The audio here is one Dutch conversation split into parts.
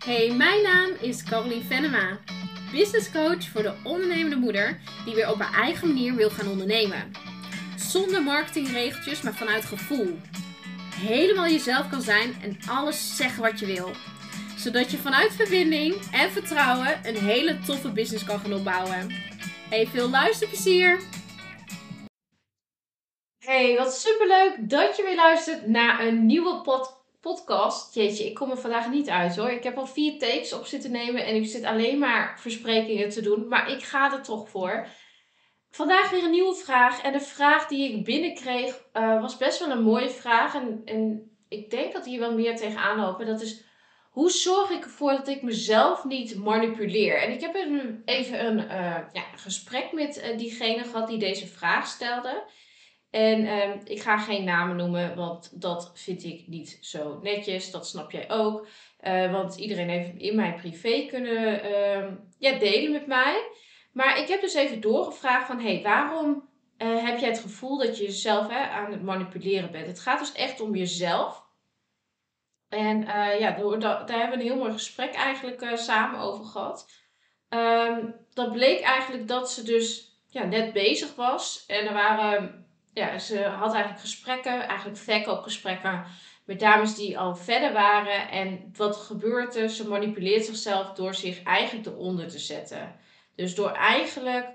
Hey, mijn naam is Caroline Venema, business coach voor de ondernemende moeder die weer op haar eigen manier wil gaan ondernemen. Zonder marketingregeltjes, maar vanuit gevoel. Helemaal jezelf kan zijn en alles zeggen wat je wil. Zodat je vanuit verbinding en vertrouwen een hele toffe business kan gaan opbouwen. Hey, veel luisterplezier! Hey, wat superleuk dat je weer luistert naar een nieuwe podcast. Jeetje, ik kom er vandaag niet uit hoor. Ik heb al 4 takes op zitten nemen en ik zit alleen maar versprekingen te doen. Maar ik ga er toch voor. Vandaag weer een nieuwe vraag. En de vraag die ik binnenkreeg was best wel een mooie vraag. En ik denk dat hier wel meer tegenaan lopen. Dat is, hoe zorg ik ervoor dat ik mezelf niet manipuleer? En ik heb even een gesprek met diegene gehad die deze vraag stelde. En ik ga geen namen noemen, want dat vind ik niet zo netjes. Dat snap jij ook. Want iedereen heeft in mijn privé kunnen delen met mij. Maar ik heb dus even doorgevraagd van, hey, waarom heb jij het gevoel dat je jezelf aan het manipuleren bent? Het gaat dus echt om jezelf. En daar hebben we een heel mooi gesprek eigenlijk samen over gehad. Dat bleek eigenlijk dat ze dus net bezig was. En er waren... ze had eigenlijk gesprekken, eigenlijk verkoopgesprekken met dames die al verder waren. En wat gebeurt er? Ze manipuleert zichzelf door zich eigenlijk eronder te zetten. Dus door eigenlijk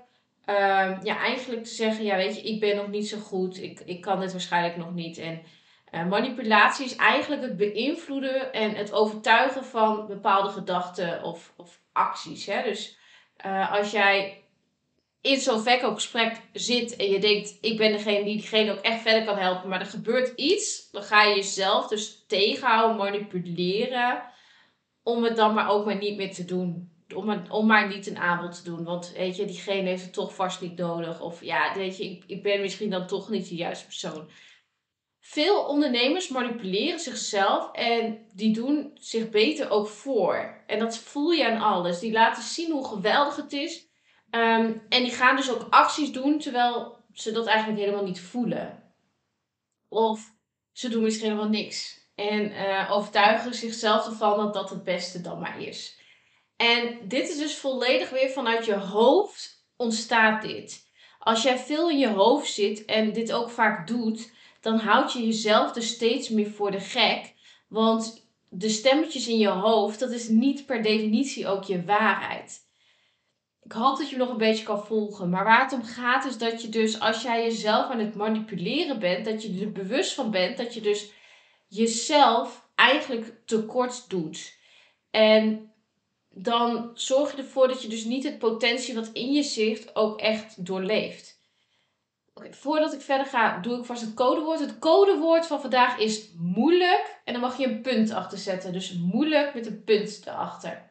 te zeggen, ja weet je, ik ben nog niet zo goed. Ik kan dit waarschijnlijk nog niet. En manipulatie is eigenlijk het beïnvloeden en het overtuigen van bepaalde gedachten of acties. Hè? Dus als jij in zo'n verkoopgesprek zit en je denkt, ik ben degene die diegene ook echt verder kan helpen, maar er gebeurt iets, dan ga je jezelf dus tegenhouden, manipuleren, om het dan maar ook maar niet meer te doen. Om maar niet een aanbod te doen. Want weet je, diegene heeft het toch vast niet nodig. Of ja, weet je, ik ben misschien dan toch niet de juiste persoon. Veel ondernemers manipuleren zichzelf en die doen zich beter ook voor. En dat voel je aan alles. Die laten zien hoe geweldig het is. En die gaan dus ook acties doen terwijl ze dat eigenlijk helemaal niet voelen. Of ze doen misschien helemaal niks. En overtuigen zichzelf ervan dat dat het beste dan maar is. En dit is dus volledig weer vanuit je hoofd ontstaat dit. Als jij veel in je hoofd zit en dit ook vaak doet, dan houd je jezelf dus steeds meer voor de gek. Want de stemmetjes in je hoofd, dat is niet per definitie ook je waarheid. Ik hoop dat je me nog een beetje kan volgen. Maar waar het om gaat is dat je dus, als jij jezelf aan het manipuleren bent, dat je er bewust van bent dat je dus jezelf eigenlijk tekort doet. En dan zorg je ervoor dat je dus niet het potentie wat in je zit ook echt doorleeft. Oké, voordat ik verder ga, doe ik vast het codewoord. Het codewoord van vandaag is moeilijk. En dan mag je een punt achter zetten. Dus moeilijk met een punt erachter.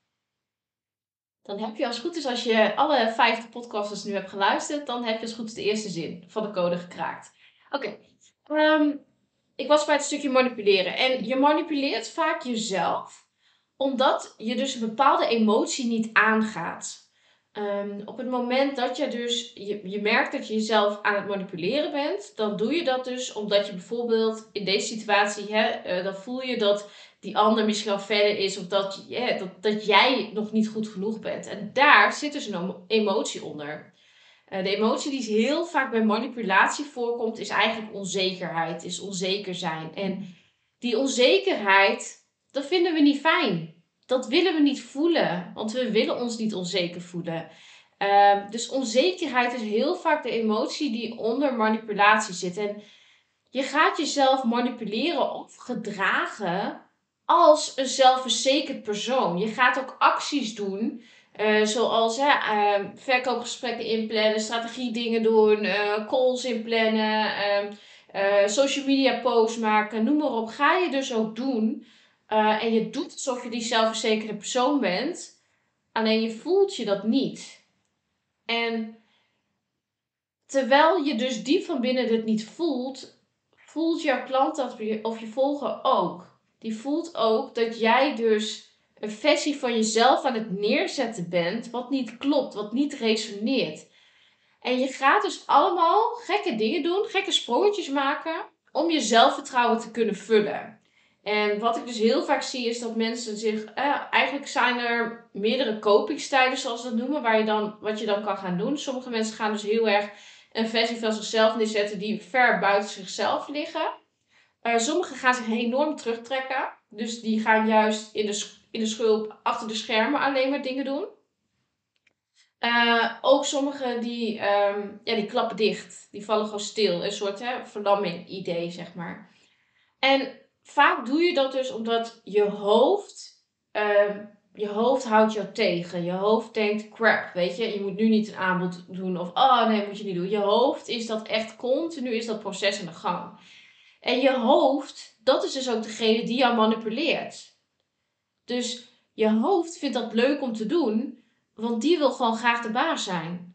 Dan heb je als het goed is, als je alle 50 podcasters nu hebt geluisterd, dan heb je als het goed is de eerste zin van de code gekraakt. Oké. Ik was bij het stukje manipuleren. En je manipuleert vaak jezelf, omdat je dus een bepaalde emotie niet aangaat. Op het moment dat je dus, je merkt dat je jezelf aan het manipuleren bent, dan doe je dat dus omdat je bijvoorbeeld in deze situatie, dan voel je dat die ander misschien al verder is of dat jij nog niet goed genoeg bent. En daar zit dus een emotie onder. De emotie die heel vaak bij manipulatie voorkomt, is eigenlijk onzekerheid, is onzeker zijn. En die onzekerheid, dat vinden we niet fijn. Dat willen we niet voelen, want we willen ons niet onzeker voelen. Dus onzekerheid is heel vaak de emotie die onder manipulatie zit. En je gaat jezelf manipuleren of gedragen als een zelfverzekerd persoon. Je gaat ook acties doen, zoals verkoopgesprekken inplannen, strategiedingen doen, calls inplannen, social media posts maken, noem maar op. Ga je dus ook doen. En je doet alsof je die zelfverzekerde persoon bent, alleen je voelt je dat niet. En terwijl je dus diep van binnen het niet voelt, voelt jouw klant dat of je volger ook. Die voelt ook dat jij dus een versie van jezelf aan het neerzetten bent wat niet klopt, wat niet resoneert. En je gaat dus allemaal gekke dingen doen, gekke sprongetjes maken om je zelfvertrouwen te kunnen vullen. En wat ik dus heel vaak zie is dat mensen zich... eigenlijk zijn er meerdere copingstijlen, zoals we dat noemen, wat je dan kan gaan doen. Sommige mensen gaan dus heel erg een versie van zichzelf neerzetten die ver buiten zichzelf liggen. Sommigen gaan zich enorm terugtrekken. Dus die gaan juist in de schulp achter de schermen alleen maar dingen doen. Ook sommigen die klappen dicht. Die vallen gewoon stil. Een soort verlamming idee, zeg maar. En vaak doe je dat dus omdat je hoofd houdt jou tegen. Je hoofd denkt, crap, weet je moet nu niet een aanbod doen. Of, oh nee, moet je niet doen. Je hoofd is dat echt continu, is dat proces aan de gang. En je hoofd, dat is dus ook degene die jou manipuleert. Dus je hoofd vindt dat leuk om te doen, want die wil gewoon graag de baas zijn.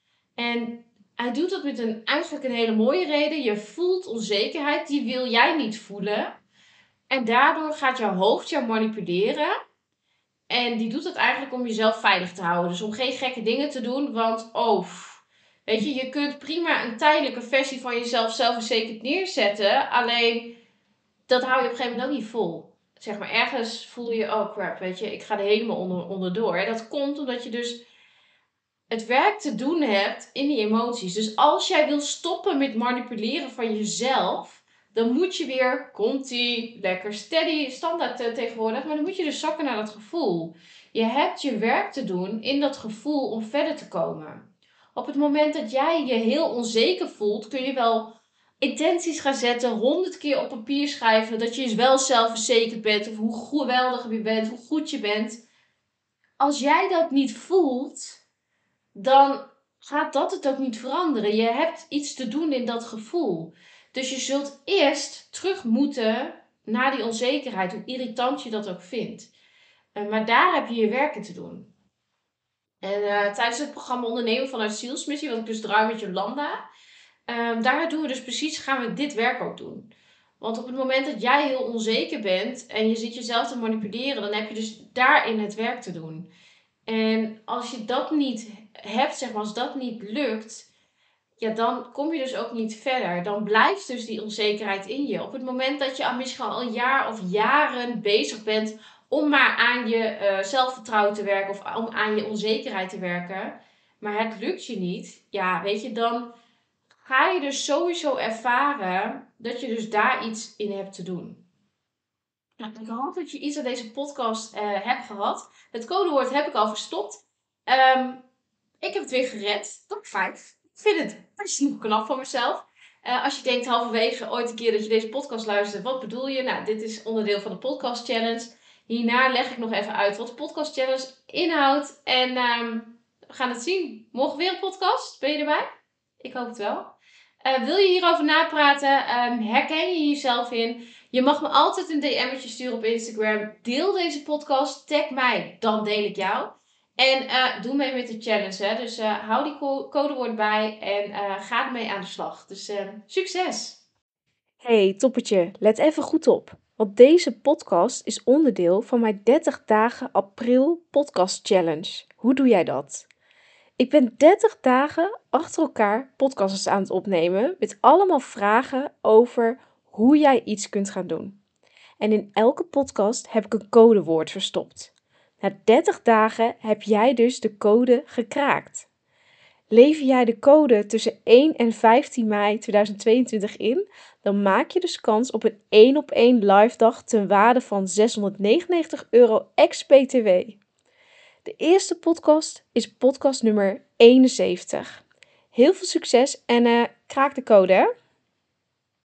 En hij doet dat met eigenlijk een hele mooie reden. Je voelt onzekerheid, die wil jij niet voelen. En daardoor gaat jouw hoofd jou manipuleren. En die doet dat eigenlijk om jezelf veilig te houden. Dus om geen gekke dingen te doen, want weet je kunt prima een tijdelijke versie van jezelf zelfverzekerd neerzetten. Alleen, dat hou je op een gegeven moment ook niet vol. Zeg maar, ergens voel je, oh crap, weet je, ik ga er helemaal onderdoor. En dat komt omdat je dus het werk te doen hebt in die emoties. Dus als jij wil stoppen met manipuleren van jezelf, dan moet je weer, komt-ie, lekker steady, standaard tegenwoordig, maar dan moet je dus zakken naar dat gevoel. Je hebt je werk te doen in dat gevoel om verder te komen. Op het moment dat jij je heel onzeker voelt, kun je wel intenties gaan zetten, 100 keer op papier schrijven dat je wel zelfverzekerd bent, of hoe geweldig je bent, hoe goed je bent. Als jij dat niet voelt, dan gaat dat het ook niet veranderen. Je hebt iets te doen in dat gevoel. Dus je zult eerst terug moeten naar die onzekerheid, hoe irritant je dat ook vindt. Maar daar heb je je werken te doen. En tijdens het programma Ondernemen vanuit Zielsmissie, wat ik dus draai met Jolanda, daar doen we dus precies, gaan we dit werk ook doen. Want op het moment dat jij heel onzeker bent en je ziet jezelf te manipuleren, dan heb je dus daarin het werk te doen. En als je dat niet hebt, zeg maar, als dat niet lukt, ja, dan kom je dus ook niet verder. Dan blijft dus die onzekerheid in je. Op het moment dat je misschien al een jaar of jaren bezig bent om maar aan je zelfvertrouwen te werken of om aan je onzekerheid te werken, maar het lukt je niet, ja, weet je, dan ga je dus sowieso ervaren dat je dus daar iets in hebt te doen. Nou, ik hoop dat je iets aan deze podcast hebt gehad. Het codewoord heb ik al verstopt. Ik heb het weer gered. Top 5. Ik vind het best nog knap van mezelf. Als je denkt halverwege ooit een keer dat je deze podcast luistert, wat bedoel je? Nou, dit is onderdeel van de podcast challenge. Hierna leg ik nog even uit wat de podcast challenge inhoudt. En we gaan het zien. Morgen weer een podcast. Ben je erbij? Ik hoop het wel. Wil je hierover napraten? Herken je jezelf in? Je mag me altijd een DM'tje sturen op Instagram. Deel deze podcast. Tag mij. Dan deel ik jou. En doe mee met de challenge. Hè? Dus hou die codewoord bij. En ga ermee aan de slag. Dus succes! Hey, toppertje, let even goed op. Want deze podcast is onderdeel van mijn 30 dagen april podcast challenge. Hoe doe jij dat? Ik ben 30 dagen achter elkaar podcasts aan het opnemen met allemaal vragen over hoe jij iets kunt gaan doen. En in elke podcast heb ik een codewoord verstopt. Na 30 dagen heb jij dus de code gekraakt. Lever jij de code tussen 1 en 15 mei 2022 in, dan maak je dus kans op een 1-op-1 live dag ten waarde van €699 ex-BTW. De eerste podcast is podcast nummer 71. Heel veel succes en kraak de code, hè?